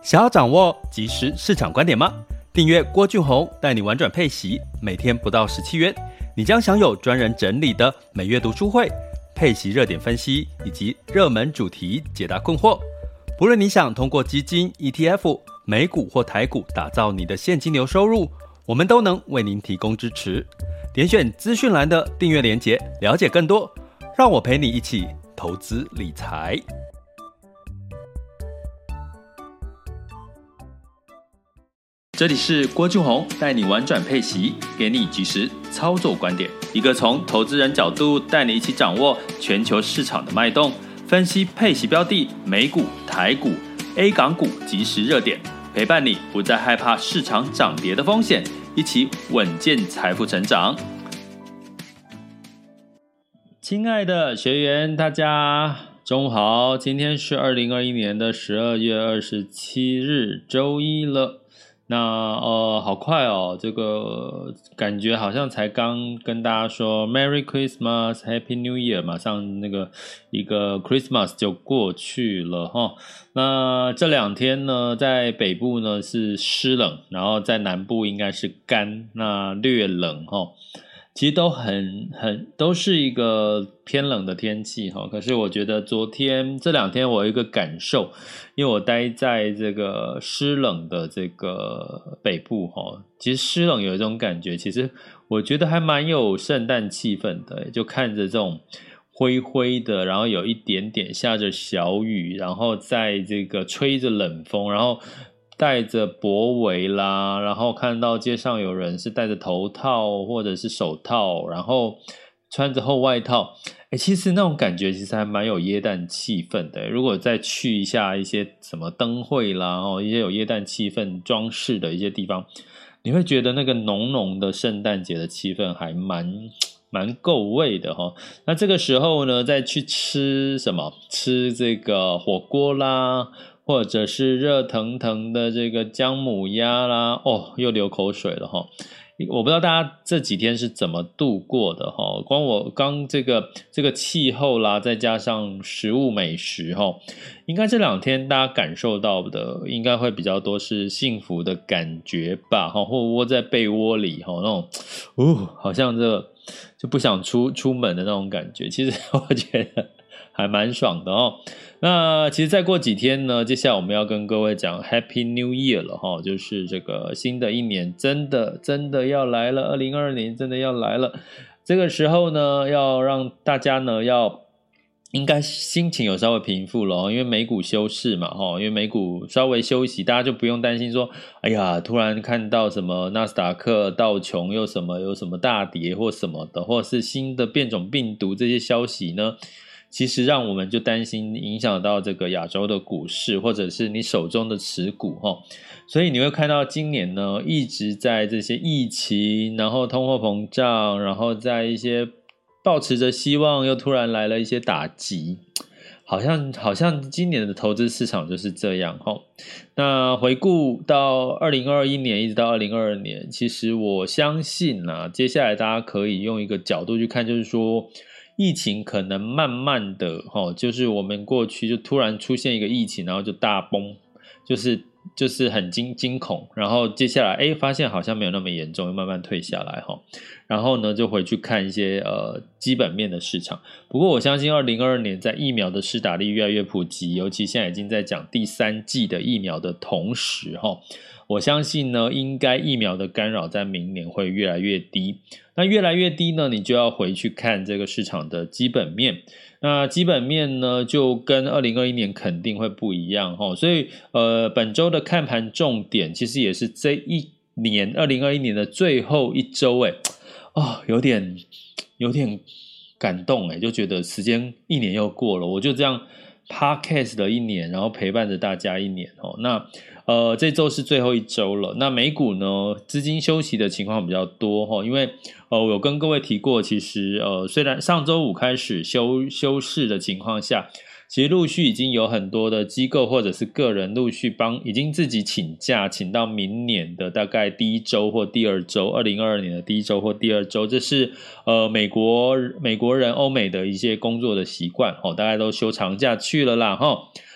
想要掌握即时市场观点吗？订阅郭俊宏带你玩转配息，每天不到17元，你将享有专人整理的每月读书会、配息热点分析以及热门主题解答困惑。不论你想通过基金、ETF、美股或台股打造你的现金流收入，我们都能为您提供支持。点选资讯栏的订阅连结，了解更多。让我陪你一起投资理财。这里是郭俊宏带你玩转配息，给你即时操作观点，一个从投资人角度带你一起掌握全球市场的脉动，分析配息标的、美股、台股、A 港股即时热点，陪伴你不再害怕市场涨跌的风险，一起稳健财富成长。亲爱的学员，大家中午好，今天是2021年的12月27日，周一了。那好快哦，这个感觉好像才刚跟大家说 Merry Christmas Happy New Year， 马上那个一个 Christmas 就过去了齁。那这两天呢，在北部呢是湿冷，然后在南部应该是干，那略冷齁。其实都是一个偏冷的天气哈，可是我觉得这两天我有一个感受，因为我待在这个湿冷的这个北部哈，其实湿冷有一种感觉，其实我觉得还蛮有圣诞气氛的，就看着这种灰灰的，然后有一点点下着小雨，然后在这个吹着冷风，然后戴着脖围啦，然后看到街上有人是戴着头套或者是手套，然后穿着厚外套，其实那种感觉其实还蛮有耶诞气氛的。如果再去一下一些什么灯会啦，一些有耶诞气氛装饰的一些地方，你会觉得那个浓浓的圣诞节的气氛还蛮够味的齁。那这个时候呢，再去吃什么？吃这个火锅啦，或者是热腾腾的这个姜母鸭啦，又流口水了齁。我不知道大家这几天是怎么度过的齁，光我刚这个气候啦，再加上食物美食齁，应该这两天大家感受到的应该会比较多是幸福的感觉吧齁，或窝在被窝里齁，那种好像就不想出门的那种感觉，其实我觉得还蛮爽的哦。那其实再过几天呢，接下来我们要跟各位讲 Happy New Year 了齁，就是这个新的一年真的要来了，2022年真的要来了。这个时候呢，要让大家呢应该心情有稍微平复了，因为美股休市嘛齁，因为美股稍微休息，大家就不用担心说哎呀突然看到什么纳斯达克道琼有什么大跌或什么的，或是新的变种病毒这些消息呢，其实让我们就担心影响到这个亚洲的股市，或者是你手中的持股齁。所以你会看到今年呢一直在这些疫情，然后通货膨胀，然后在一些抱持着希望又突然来了一些打击，好像今年的投资市场就是这样齁。那回顾到2021年一直到2022年，其实我相信接下来大家可以用一个角度去看，就是说疫情可能慢慢的就是我们过去就突然出现一个疫情，然后就大崩，就是很惊恐，然后接下来发现好像没有那么严重，又慢慢退下来然后呢就回去看一些基本面的市场。不过我相信2022年在疫苗的施打力越来越普及，尤其现在已经在讲第3剂的疫苗的同时我相信呢应该疫苗的干扰在明年会越来越低。那越来越低呢，你就要回去看这个市场的基本面。那基本面呢就跟2021年肯定会不一样所以本周的看盘重点其实也是这一年2021年的最后一周有点感动就觉得时间一年又过了，我就这样 podcast 了一年，然后陪伴着大家一年那这周是最后一周了。那美股呢资金休息的情况比较多因为我有跟各位提过，其实虽然上周五开始休市的情况下，其实陆续已经有很多的机构或者是个人陆续已经自己请假，请到明年的大概第一周或第二周，2022年的第一周或第二周，这是美国人欧美的一些工作的习惯大概都休长假去了啦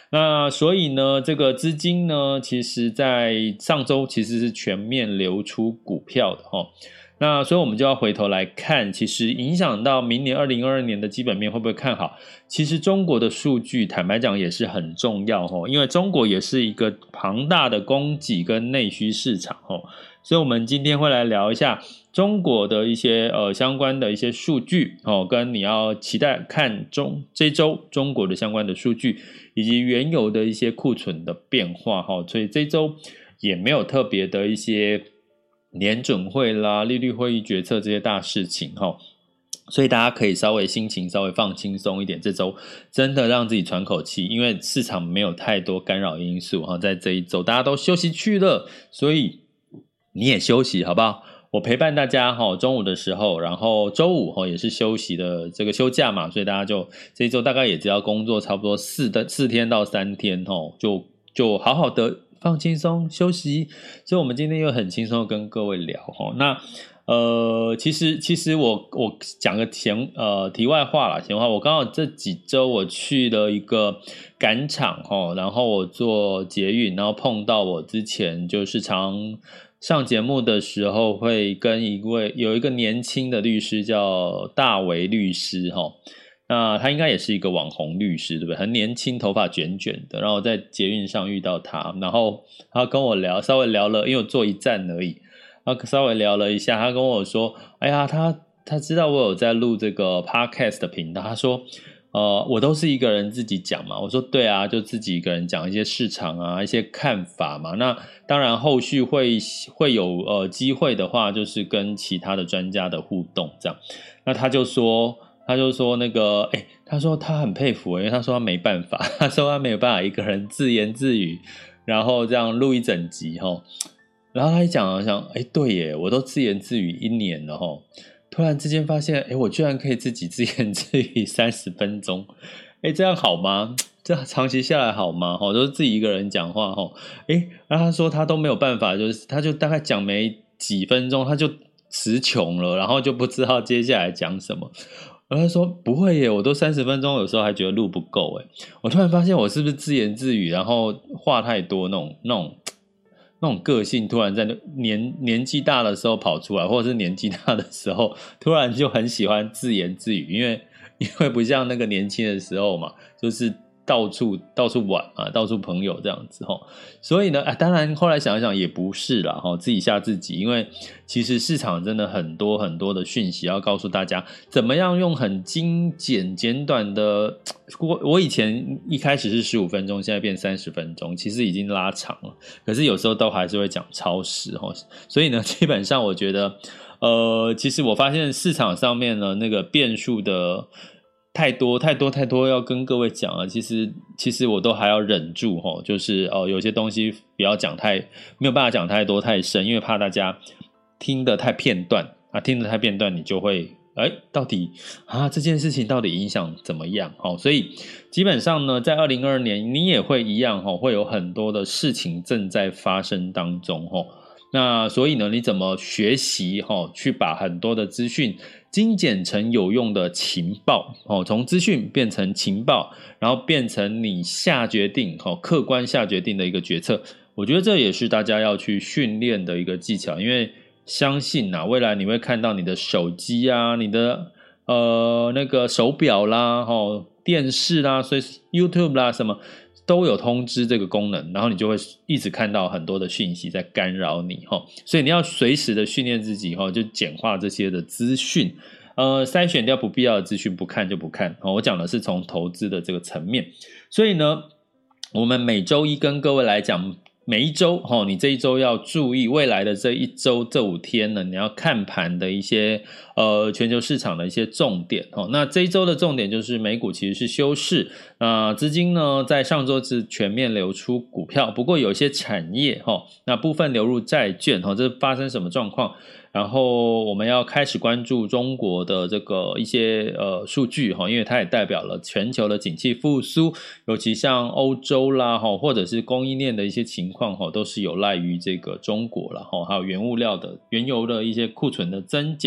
那所以呢，这个资金呢，其实在上周其实是全面流出股票的那所以我们就要回头来看，其实影响到明年2022年的基本面会不会看好？其实中国的数据坦白讲也是很重要因为中国也是一个庞大的供给跟内需市场所以我们今天会来聊一下中国的一些相关的一些数据跟你要期待看这周中国的相关的数据，以及原油的一些库存的变化所以这周也没有特别的一些联准会啦、利率会议决策这些大事情所以大家可以心情稍微放轻松一点，这周真的让自己喘口气，因为市场没有太多干扰因素在这一周大家都休息去了，所以你也休息好不好？我陪伴大家中午的时候，然后周五也是休息的这个休假嘛，所以大家就这一周大概也只要工作差不多4天到3天就好好的放轻松休息。所以我们今天又很轻松的跟各位聊那其实我讲个题外话啦，闲话，我刚好这几周我去了一个赶场然后我坐捷运，然后碰到我之前就是常上节目的时候会跟有一个年轻的律师叫大为律师那他应该也是一个网红律师，对不对？很年轻，头发卷卷的，然后我在捷运上遇到他，然后他跟我稍微聊了，因为我坐一站而已，他稍微聊了一下，他跟我说，哎呀，他知道我有在录这个 podcast 的频道，他说我都是一个人自己讲嘛，我说对啊，就自己一个人讲一些市场啊，一些看法嘛，那当然后续会有机会的话，就是跟其他的专家的互动这样。那他就说那个他说他很佩服，因为他说他没办法，他说他没有办法一个人自言自语，然后这样录一整集然后他一讲想对耶，我都自言自语1年了突然之间发现我居然可以自己自言自语30分钟这样好吗？这样长期下来好吗都是自己一个人讲话然后他说他都没有办法，就是他就大概讲没几分钟他就词穷了，然后就不知道接下来讲什么。然后他说不会耶，我都30分钟有时候还觉得录不够我突然发现我是不是自言自语，然后话太多那种个性突然在年纪大的时候跑出来，或者是年纪大的时候突然就很喜欢自言自语，因为不像那个年轻的时候嘛，就是到处玩啊，到处朋友这样子所以呢当然后来想一想也不是啦自己吓自己，因为其实市场真的很多很多的讯息要告诉大家怎么样用很简短的，我以前一开始是15分钟，现在变30分钟，其实已经拉长了，可是有时候都还是会讲超时所以呢基本上我觉得其实我发现市场上面呢那个变数的太多要跟各位讲了，其实我都还要忍住就是有些东西不要讲没有办法讲太多太深，因为怕大家听得太片段听得太片段你就会到底这件事情到底影响怎么样所以基本上呢在2022年你也会一样会有很多的事情正在发生当中那所以呢你怎么学习去把很多的资讯精简成有用的情报从资讯变成情报，然后变成你下决定客观下决定的一个决策，我觉得这也是大家要去训练的一个技巧，因为相信未来你会看到你的手机啊，你的那个手表啦电视啦，所以 YouTube 啦什么都有通知这个功能，然后你就会一直看到很多的讯息在干扰你所以你要随时的训练自己就简化这些的资讯筛选掉不必要的资讯，不看就不看我讲的是从投资的这个层面。所以呢我们每周一跟各位来讲，每一周你这一周要注意未来的这一周这5天呢，你要看盘的一些全球市场的一些重点那这一周的重点就是美股其实是休市，资金呢在上周是全面流出股票，不过有些产业那部分流入债券这发生什么状况？然后我们要开始关注中国的这个一些数据因为它也代表了全球的景气复苏，尤其像欧洲啦或者是供应链的一些情况都是有赖于这个中国啦还有原油的一些库存的增减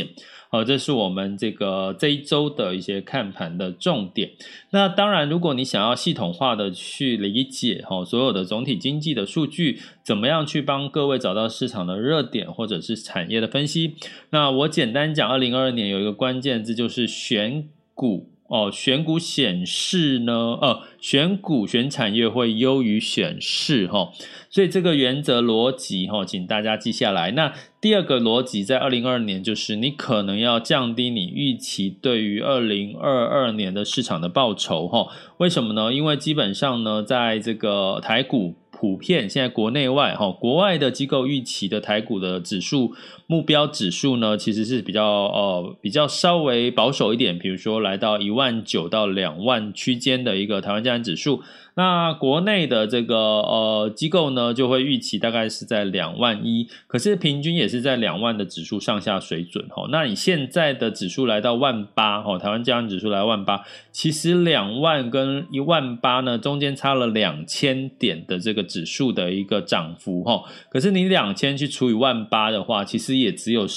这是我们这一周的一些看盘的重点。那当然，如果你想要系统化的去理解所有的总体经济的数据，怎么样去帮各位找到市场的热点或者是产业的分析，那我简单讲2022年有一个关键字就是选股。选股显示呢，选股选产业会优于选市所以这个原则逻辑请大家记下来。那第二个逻辑在2022年就是你可能要降低你预期对于2022年的市场的报酬为什么呢？因为基本上呢，在这个台股普遍现在国内外国外的机构预期的台股的指数目标指数呢，其实是比较稍微保守一点，比如说来到19000到2万区间的一个台湾加权指数。那国内的这个机构呢，就会预期大概是在21000，可是平均也是在2万的指数上下水准那你现在的指数来到18000台湾加权指数来到18000，其实2万跟18000呢中间差了2000点的这个指数的一个涨幅可是你2000去除以18000的话，其实也只有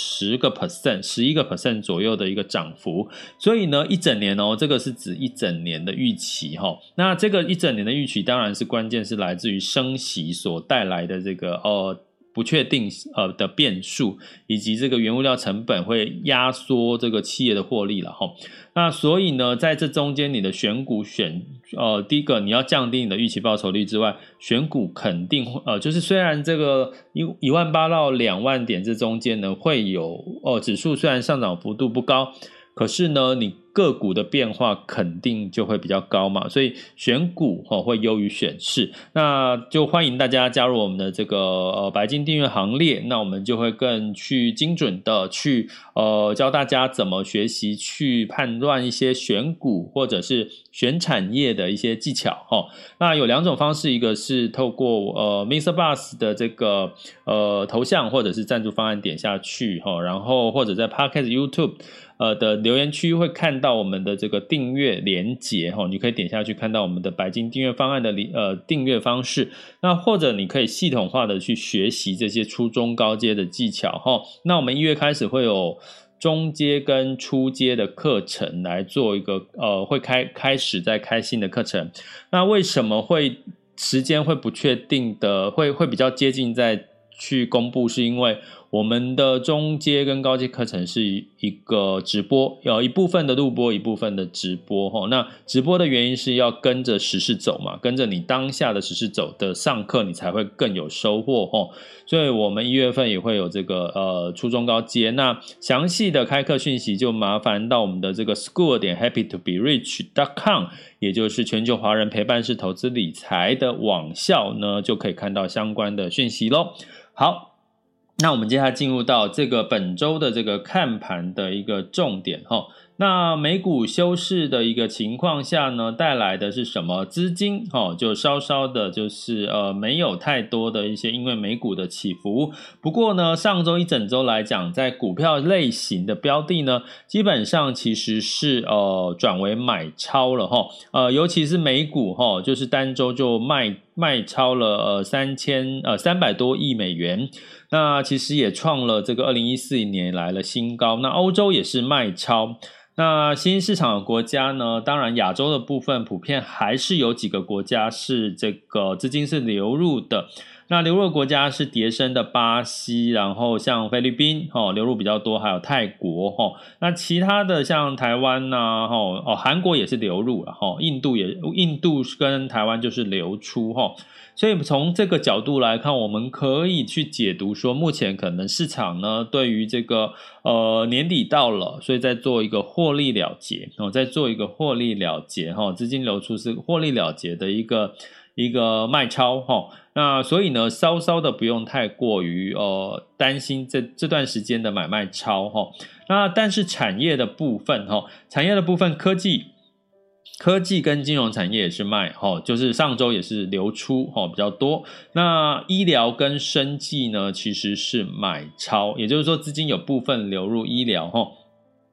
11% 左右的一个涨幅。所以呢，一整年这个是指一整年的预期那这个一整年的预期当然是关键是来自于升息所带来的这个不确定的变数，以及这个原物料成本会压缩这个企业的获利了那所以呢，在这中间你的选股第一个你要降低你的预期报酬率之外，选股肯定就是虽然这个18000到2万点这中间呢会有指数虽然上涨幅度不高，可是呢你个股的变化肯定就会比较高嘛，所以选股会优于选市。那就欢迎大家加入我们的这个白金订阅行列，那我们就会更去精准的去教大家怎么学习去判断一些选股或者是选产业的一些技巧那有2种方式，一个是透过Mr. Bus 的这个头像或者是赞助方案点下去然后或者在 Podcast YouTube的留言区会看到我们的这个订阅连结你可以点下去看到我们的白金订阅方案的订阅方式。那或者你可以系统化的去学习这些初中高阶的技巧那我们1月开始会有中阶跟初阶的课程来做一个会开始在开新的课程。那为什么时间会不确定的会比较接近再去公布，是因为我们的中阶跟高阶课程是一个直播，有一部分的录播，一部分的直播那直播的原因是要跟着时事走嘛，跟着你当下的时事走的上课，你才会更有收获所以我们1月份也会有这个初中高阶。那详细的开课讯息就麻烦到我们的这个 school.happytoberich.com， 也就是全球华人陪伴式投资理财的网校呢，就可以看到相关的讯息咯。好，那我们接下来进入到这个本周的这个看盘的一个重点那美股休市的一个情况下呢，带来的是什么？资金就稍稍的就是没有太多的一些因为美股的起伏。不过呢，上周一整周来讲，在股票类型的标的呢，基本上其实是转为买超了尤其是美股就是单周就卖超了300多亿美元，那其实也创了这个2014年来的新高。那欧洲也是卖超。那新兴市场的国家呢，当然亚洲的部分普遍还是有几个国家是这个资金是流入的。那流入的国家是跌升的巴西，然后像菲律宾流入比较多，还有泰国那其他的像台湾韩国也是流入了印度跟台湾就是流出所以从这个角度来看，我们可以去解读说，目前可能市场呢对于这个年底到了，所以在做一个获利了结资金流出是获利了结的一个卖超那所以呢稍稍的不用太过于担心这段时间的买卖超那但是产业的部分科技跟金融产业也是卖就是上周也是流出比较多。那医疗跟生技呢其实是买超，也就是说资金有部分流入医疗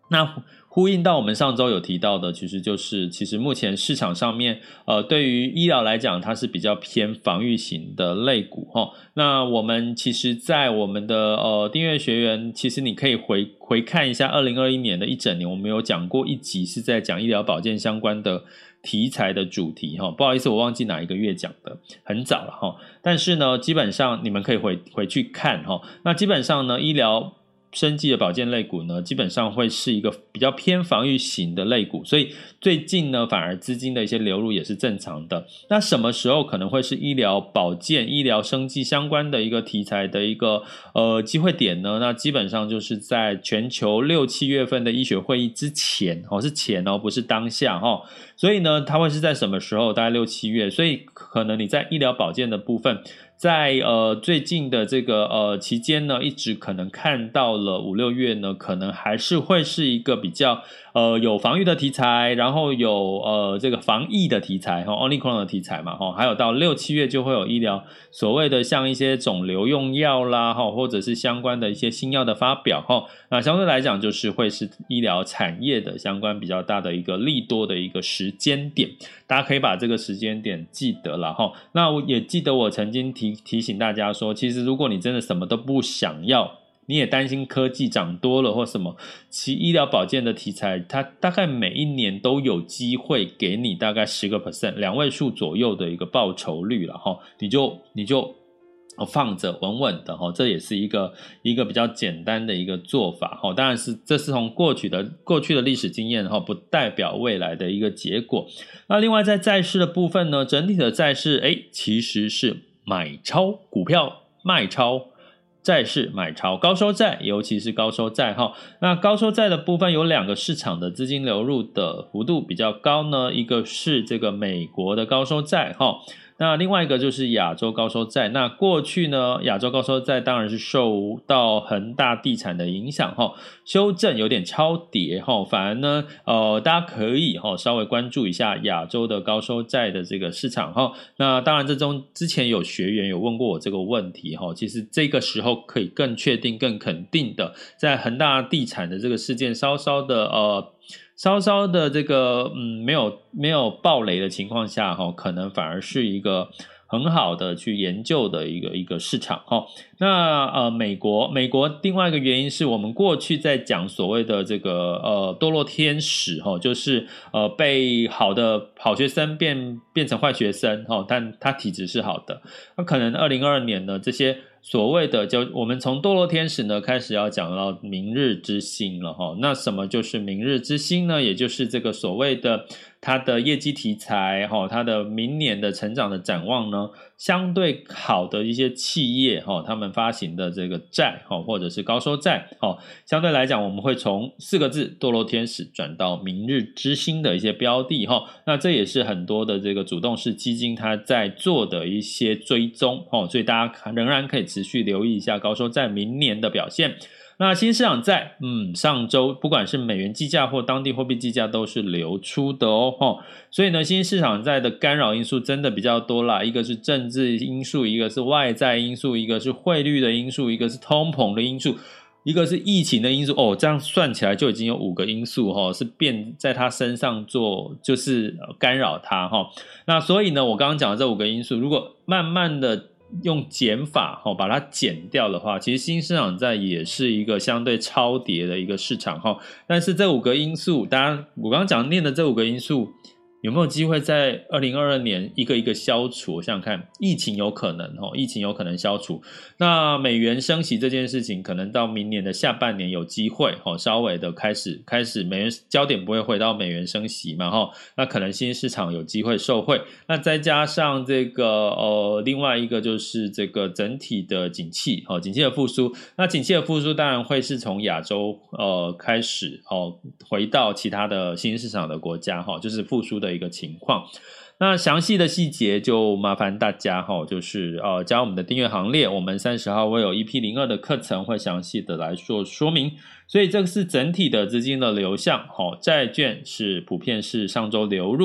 那呼应到我们上周有提到的，其实目前市场上面，对于医疗来讲，它是比较偏防御型的类股齁。那我们其实在我们的订阅学员，其实你可以回看一下2021年的一整年，我们有讲过一集是在讲医疗保健相关的题材的主题齁。不好意思，我忘记哪一个月讲的，很早了齁。但是呢，基本上你们可以回去看齁。那基本上呢，医疗生技的保健类股呢，基本上会是一个比较偏防御型的类股，所以最近呢，反而资金的一些流入也是正常的。那什么时候可能会是医疗保健、医疗生技相关的一个题材的一个机会点呢？那基本上就是在全球6、7月份的医学会议之前是前不是当下所以呢，它会是在什么时候？大概6、7月，所以可能你在医疗保健的部分，在最近的这个期间呢，一直可能看到了5、6月呢，可能还是会是一个比较有防御的题材，然后有这个防疫的题材Omicron 的题材嘛还有到6、7月就会有医疗所谓的像一些肿瘤用药啦或者是相关的一些新药的发表那相对来讲就是会是医疗产业的相关比较大的一个利多的一个时间点，大家可以把这个时间点记得啦那我也记得我曾经提醒大家说，其实如果你真的什么都不想要，你也担心科技涨多了或什么，其医疗保健的题材它大概每一年都有机会给你大概10%、2位数左右的一个报酬率啦你就放着稳稳的这也是一个比较简单的一个做法当然是这是从过去的历史经验不代表未来的一个结果。那另外在债市的部分呢，整体的债市其实是买超股票，卖超债市，买超高收债，尤其是高收债那高收债的部分有2个市场的资金流入的幅度比较高呢，一个是这个美国的高收债那另外一个就是亚洲高收债。那过去呢，亚洲高收债当然是受到恒大地产的影响修正有点超跌反而呢大家可以稍微关注一下亚洲的高收债的这个市场那当然这中之前有学员有问过我这个问题其实这个时候可以更确定更肯定的，在恒大地产的这个事件稍稍的这个没有爆雷的情况下可能反而是一个很好的去研究的一个市场那美国另外一个原因是我们过去在讲所谓的这个堕落天使就是被好学生变成坏学生但他体质是好的，那可能2022年呢，这些所谓的就我们从堕落天使呢开始要讲到明日之星了那什么就是明日之星呢？也就是这个所谓的它的业绩题材它的明年的成长的展望呢，相对好的一些企业他们发行的这个债或者是高收债相对来讲我们会从4个字堕落天使转到明日之星的一些标的那这也是很多的这个主动式基金它在做的一些追踪所以大家仍然可以持续留意一下高收债明年的表现。那新市场债上周不管是美元计价或当地货币计价都是流出的所以呢新市场债的干扰因素真的比较多啦，一个是政治因素，一个是外在因素，一个是汇率的因素，一个是通膨的因素，一个是疫情的因素这样算起来就已经有5个因素是变在他身上做就是干扰他那所以呢我刚刚讲的这5个因素如果慢慢的用减法把它减掉的话，其实新市场债也是一个相对超跌的一个市场但是这5个因素我刚刚讲念的这5个因素有没有机会在2022年一个一个消除？我想想看，疫情有可能消除，那美元升息这件事情可能到明年的下半年有机会稍微的开始美元焦点不会回到美元升息嘛那可能新市场有机会受惠，那再加上这个另外一个就是这个整体的景气景气的复苏，那景气的复苏当然会是从亚洲开始回到其他的新兴市场的国家就是复苏的一个情况。那详细的细节就麻烦大家就是加入我们的订阅行列，我们30号会有 EP02 的课程会详细的来做说明。所以这个是整体的资金的流向债券是普遍是上周流入，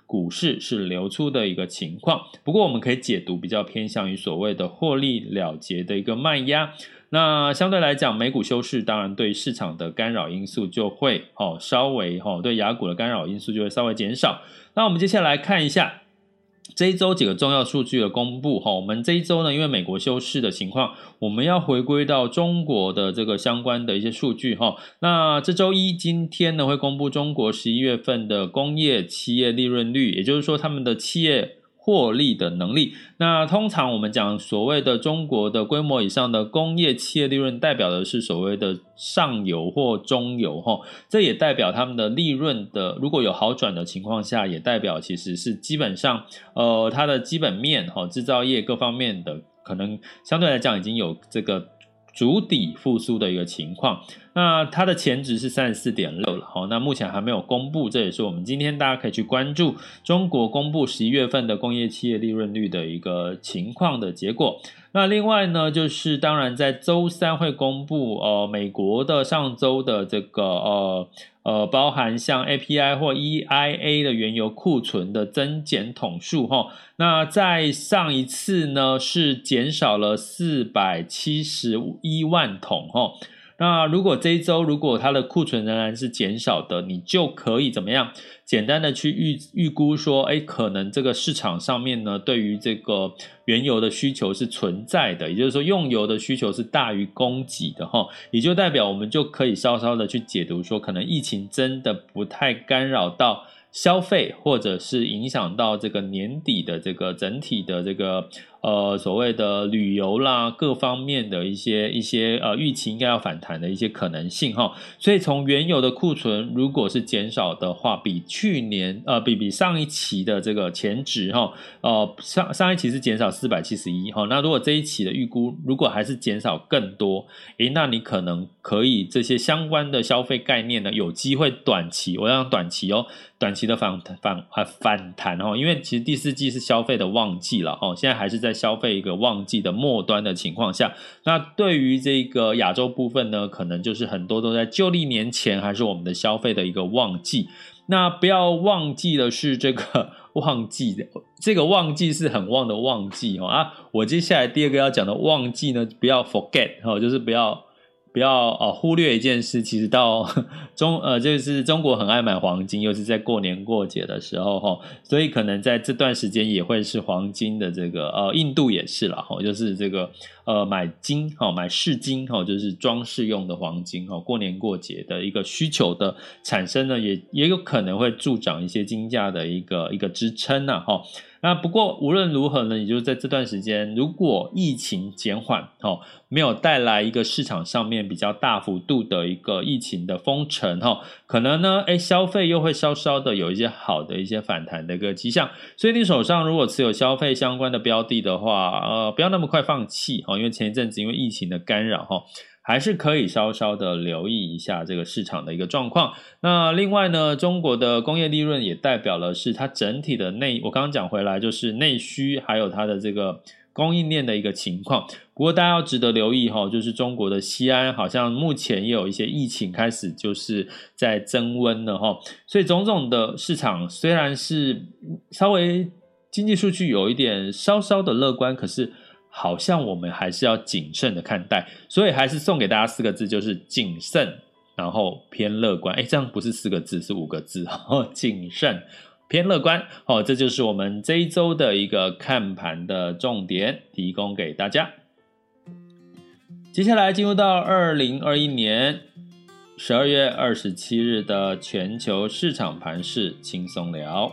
股市是流出的一个情况。不过我们可以解读比较偏向于所谓的获利了结的一个卖压。那相对来讲，美股休市，当然对市场的干扰因素就会稍微对亚股的干扰因素就会稍微减少。那我们接下来看一下这一周几个重要数据的公布。我们这一周呢，因为美国休市的情况，我们要回归到中国的这个相关的一些数据。那这周一今天呢，会公布中国11月份的工业企业利润率，也就是说他们的企业获利的能力。那通常我们讲所谓的中国的规模以上的工业企业利润，代表的是所谓的上游或中游，这也代表他们的利润的如果有好转的情况下，也代表其实是基本上它的基本面制造业各方面的可能相对来讲已经有这个筑底复苏的一个情况。那它的前值是 34.6 了，那目前还没有公布，这也是我们今天大家可以去关注中国公布11月份的工业企业利润率的一个情况的结果。那另外呢，就是当然在周三会公布美国的上周的这个包含像 API 或 EIA 的原油库存的增减统数。那在上一次呢是减少了471万桶。那如果这一周如果它的库存仍然是减少的，你就可以怎么样简单的去预估说可能这个市场上面呢对于这个原油的需求是存在的，也就是说用油的需求是大于供给的，也就代表我们就可以稍稍的去解读说可能疫情真的不太干扰到消费，或者是影响到这个年底的这个整体的这个所谓的旅游啦各方面的一些预期应该要反弹的一些可能性。所以从原油的库存如果是减少的话，比去年比上一期的这个前值上一期是减少471，那如果这一期的预估如果还是减少更多，那你可能可以这些相关的消费概念呢有机会短期，我要讲短期的反弹，因为其实第四季是消费的旺季了，现在还是在消费一个旺季的末端的情况下，那对于这个亚洲部分呢，可能就是很多都在旧历年前还是我们的消费的一个旺季。那不要忘记的是这个旺季，这个旺季是很旺的旺季我接下来第二个要讲的旺季呢，不要 forget 就是不要忽略一件事，其实到就是中国很爱买黄金，尤其在过年过节的时候所以可能在这段时间也会是黄金的这个印度也是啦就是这个买金买饰金就是装饰用的黄金过年过节的一个需求的产生呢，也有可能会助长一些金价的一个支撑那不过无论如何呢，也就是在这段时间，如果疫情减缓没有带来一个市场上面比较大幅度的一个疫情的封城可能呢消费又会稍稍的有一些好的一些反弹的一个迹象。所以你手上如果持有消费相关的标的的话不要那么快放弃因为前一阵子因为疫情的干扰还是可以稍稍的留意一下这个市场的一个状况。那另外呢，中国的工业利润也代表了是它整体的我刚刚讲回来就是内需还有它的这个供应链的一个情况。不过大家要值得留意就是中国的西安好像目前也有一些疫情开始就是在增温了所以种种的市场虽然是稍微经济数据有一点稍稍的乐观，可是好像我们还是要谨慎的看待，所以还是送给大家4个字，就是谨慎然后偏乐观。这样不是4个字是5个字谨慎偏乐观这就是我们这一周的一个看盘的重点，提供给大家。接下来进入到2021年12月27日的全球市场盘势轻松聊。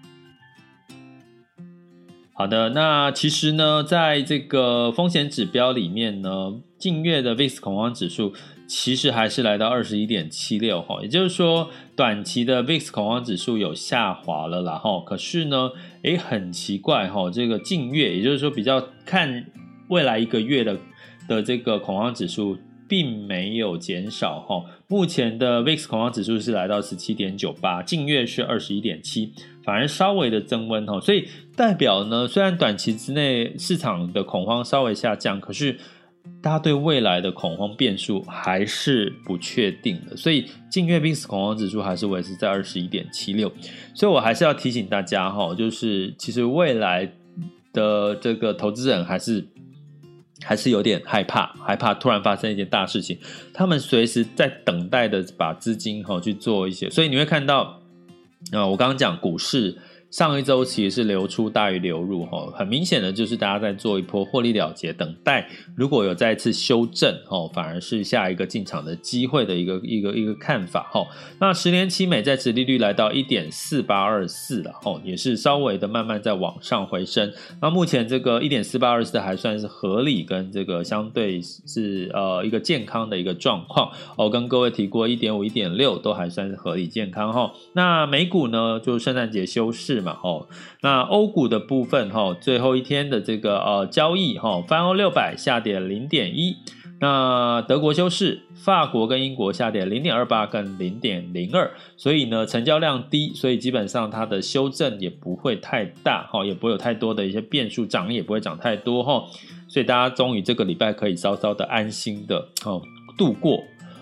好的，那其实呢在这个风险指标里面呢，近月的 VIX 恐慌指数其实还是来到 21.76 也就是说短期的 VIX 恐慌指数有下滑了啦可是呢很奇怪这个近月也就是说比较看未来一个月的这个恐慌指数并没有减少目前的 VIX 恐慌指数是来到 17.98， 近月是 21.7， 反而稍微的增温所以代表呢虽然短期之内市场的恐慌稍微下降，可是大家对未来的恐慌变数还是不确定的，所以近月 VIX 恐慌指数还是维持在 21.76， 所以我还是要提醒大家就是其实未来的这个投资人还是有点害怕突然发生一件大事情，他们随时在等待的把资金去做一些，所以你会看到我刚刚讲股市上一周其实是流出大于流入，很明显的就是大家在做一波获利了结，等待如果有再次修正，反而是下一个进场的机会的一个看法。那10年期美债殖利率来到 1.4824 了，也是稍微的慢慢在往上回升。那目前这个 1.4824 还算是合理跟这个相对是一个健康的一个状况。我跟各位提过 1.5 1.6 都还算是合理健康。那美股呢就圣诞节休市那欧股的部分最后一天的这个交易泛欧600下跌 0.1， 那德国休市，法国跟英国下跌 0.28 跟 0.02， 所以呢成交量低，所以基本上它的修正也不会太大，也不会有太多的一些变数，涨也不会涨太多，所以大家终于这个礼拜可以稍稍的安心的度过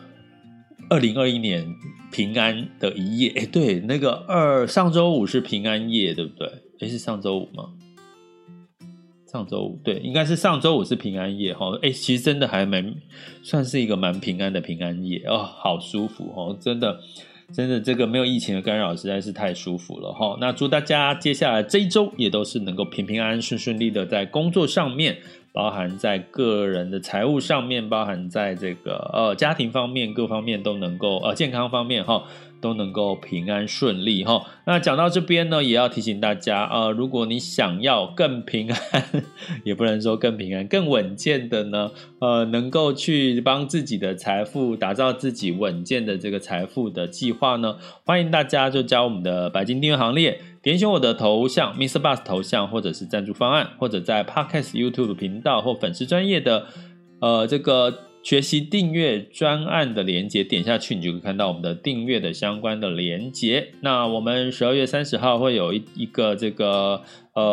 2021年平安的一夜。对，那个上周五是平安夜对不对？是上周五吗？上周五，对，应该是上周五是平安夜其实真的还算是一个蛮平安的平安夜好舒服真的这个没有疫情的干扰实在是太舒服了那祝大家接下来这一周也都是能够平平安安顺利的在工作上面，包含在个人的财务上面，包含在这个家庭方面，各方面都能够健康方面都能够平安顺利那讲到这边呢，也要提醒大家如果你想要更平安也不能说更平安，更稳健的呢能够去帮自己的财富打造自己稳健的这个财富的计划呢，欢迎大家就加我们的白金订阅行列，点选我的头像 MrBoss 头像，或者是赞助方案，或者在 Podcast YouTube 频道或粉丝专页的这个学习订阅专案的连结，点下去你就可以看到我们的订阅的相关的连结。那我们12月30号会有一个这个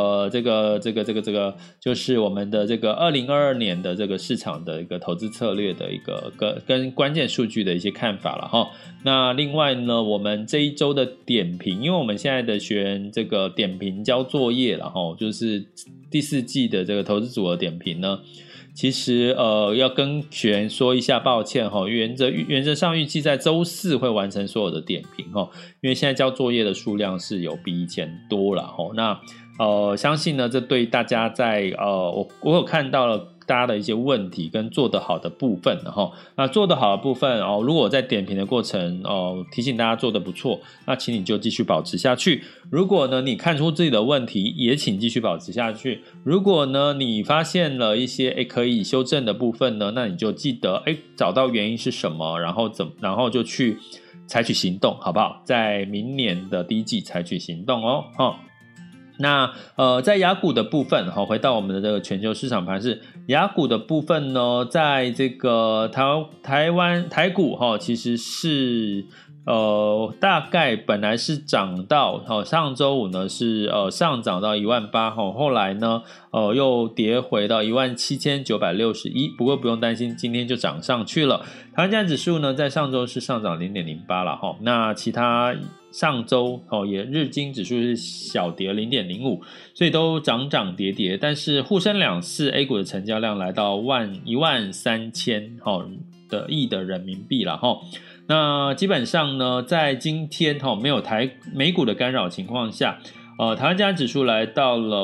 就是我们的这个2022年的这个市场的一个投资策略的一个跟关键数据的一些看法了那另外呢，我们这一周的点评，因为我们现在的学员这个点评交作业了就是第4季的这个投资组合点评呢，其实要跟学员说一下抱歉原则上预计在周4会完成所有的点评因为现在交作业的数量是有比以前多了那相信呢这对大家在我有看到了大家的一些问题跟做得好的部分那做得好的部分如果我在点评的过程提醒大家做得不错，那请你就继续保持下去。如果呢你看出自己的问题，也请继续保持下去。如果呢你发现了一些可以修正的部分呢，那你就记得找到原因是什么，然后就去采取行动，好不好？在明年的第一季采取行动那在亚股的部分回到我们的这个全球市场盘势，亚股的部分呢，在这个台股其实是大概本来是涨到上周五呢是上涨到18000后来呢又跌回到17961，不过不用担心，今天就涨上去了。台湾加权指数呢在上周是上涨 0.08 了那其他上周也日经指数是小跌 0.05， 所以都涨跌，但是沪深两市 A 股的成交量来到13000的亿的人民币了那基本上呢在今天没有美股的干扰情况下台湾加权指数来到了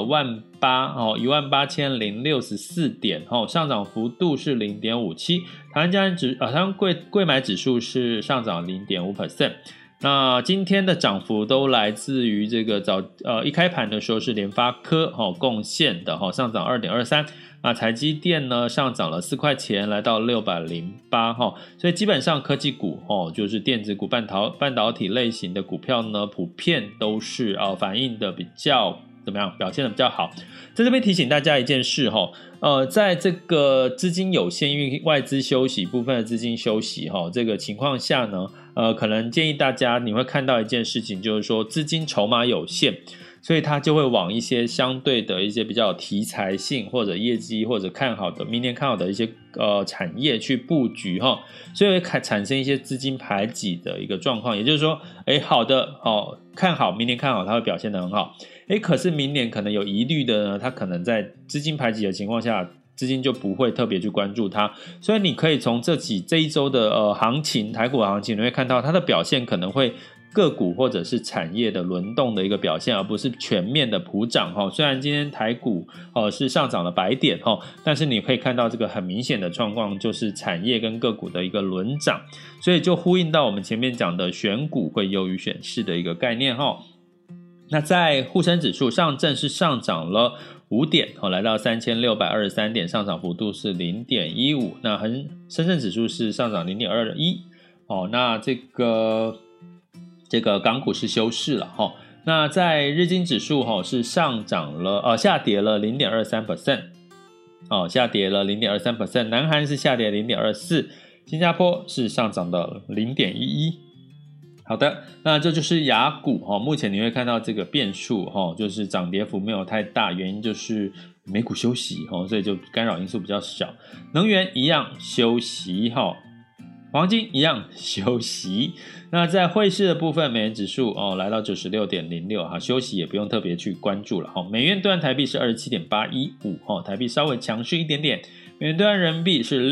18064点上涨幅度是 0.57%， 台湾柜买指数是上涨 0.5%。那今天的涨幅都来自于这个一开盘的时候是联发科贡献的上涨 2.23%， 那台积电呢上涨了4块钱来到608所以基本上科技股就是电子股半导体类型的股票呢普遍都是反映的比较怎么样，表现的比较好。在这边提醒大家一件事在这个资金有限，因为外资休息，部分的资金休息这个情况下呢可能建议大家你会看到一件事情，就是说资金筹码有限。 所以它就会往一些相对的一些比较有题材性或者业绩或者看好的明年看好的一些产业去布局哈，所以会产生一些资金排挤的一个状况。也就是说，好的看好明年看好它会表现得很好，可是明年可能有疑虑的呢，它可能在资金排挤的情况下，资金就不会特别去关注它，所以你可以从这一周的行情，台股的行情，你会看到它的表现可能会个股或者是产业的轮动的一个表现，而不是全面的普涨哈。虽然今天台股是上涨了100点哈，但是你可以看到这个很明显的状况，就是产业跟个股的一个轮涨，所以就呼应到我们前面讲的选股会优于选市的一个概念哈。那在沪深指数，上证是上涨了5点，来到3623点，上涨幅度是 0.15。那深圳指数是上涨 0.21。那这个港股是休市了。那在日经指数是上涨了下跌了 0.23%。下跌了 0.23%。南韩是下跌 0.24%。新加坡是上涨的 0.11。好的，那这就是亚股目前你会看到这个变数就是涨跌幅没有太大，原因就是美股休息所以就干扰因素比较小。能源一样休息黄金一样休息。那在汇市的部分，美元指数来到 96.06 休息也不用特别去关注了美元兑换台币是 27.815 台币稍微强势一点点。美元兑换人民币是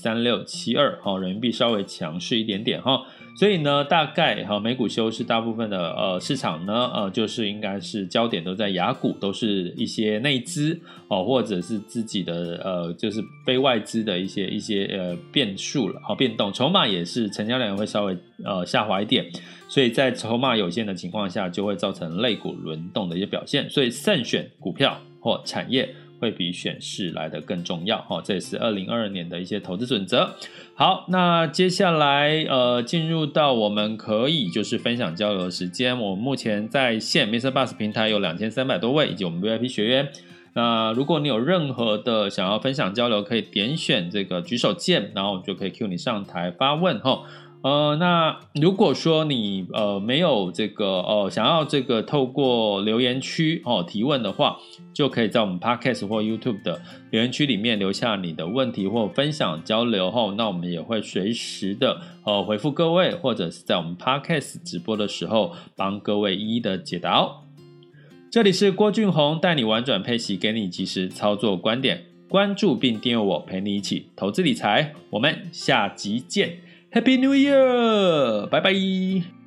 6.3672 人民币稍微强势一点点所以呢，大概美股休市，大部分的市场呢就是应该是焦点都在亚股，都是一些内资或者是自己的就是非外资的一些变数了变动，筹码也是成交量也会稍微下滑一点，所以在筹码有限的情况下，就会造成类股轮动的一些表现，所以慎选股票或产业会比选市来得更重要这也是2022年的一些投资准则。好，那接下来进入到我们可以就是分享交流的时间。我们目前在线 Mr. Bus 平台有2300多位，以及我们 VIP 学员。那如果你有任何的想要分享交流，可以点选这个举手键，然后我就可以 cue 你上台发问那如果说你没有这个想要这个透过留言区提问的话，就可以在我们 Podcast 或 YouTube 的留言区里面留下你的问题或分享交流那我们也会随时的回复各位，或者是在我们 Podcast 直播的时候帮各位一一的解答这里是郭俊宏，带你玩转配息，给你及时操作观点，关注并订阅我，陪你一起投资理财。我们下集见，Happy New Year， 拜拜。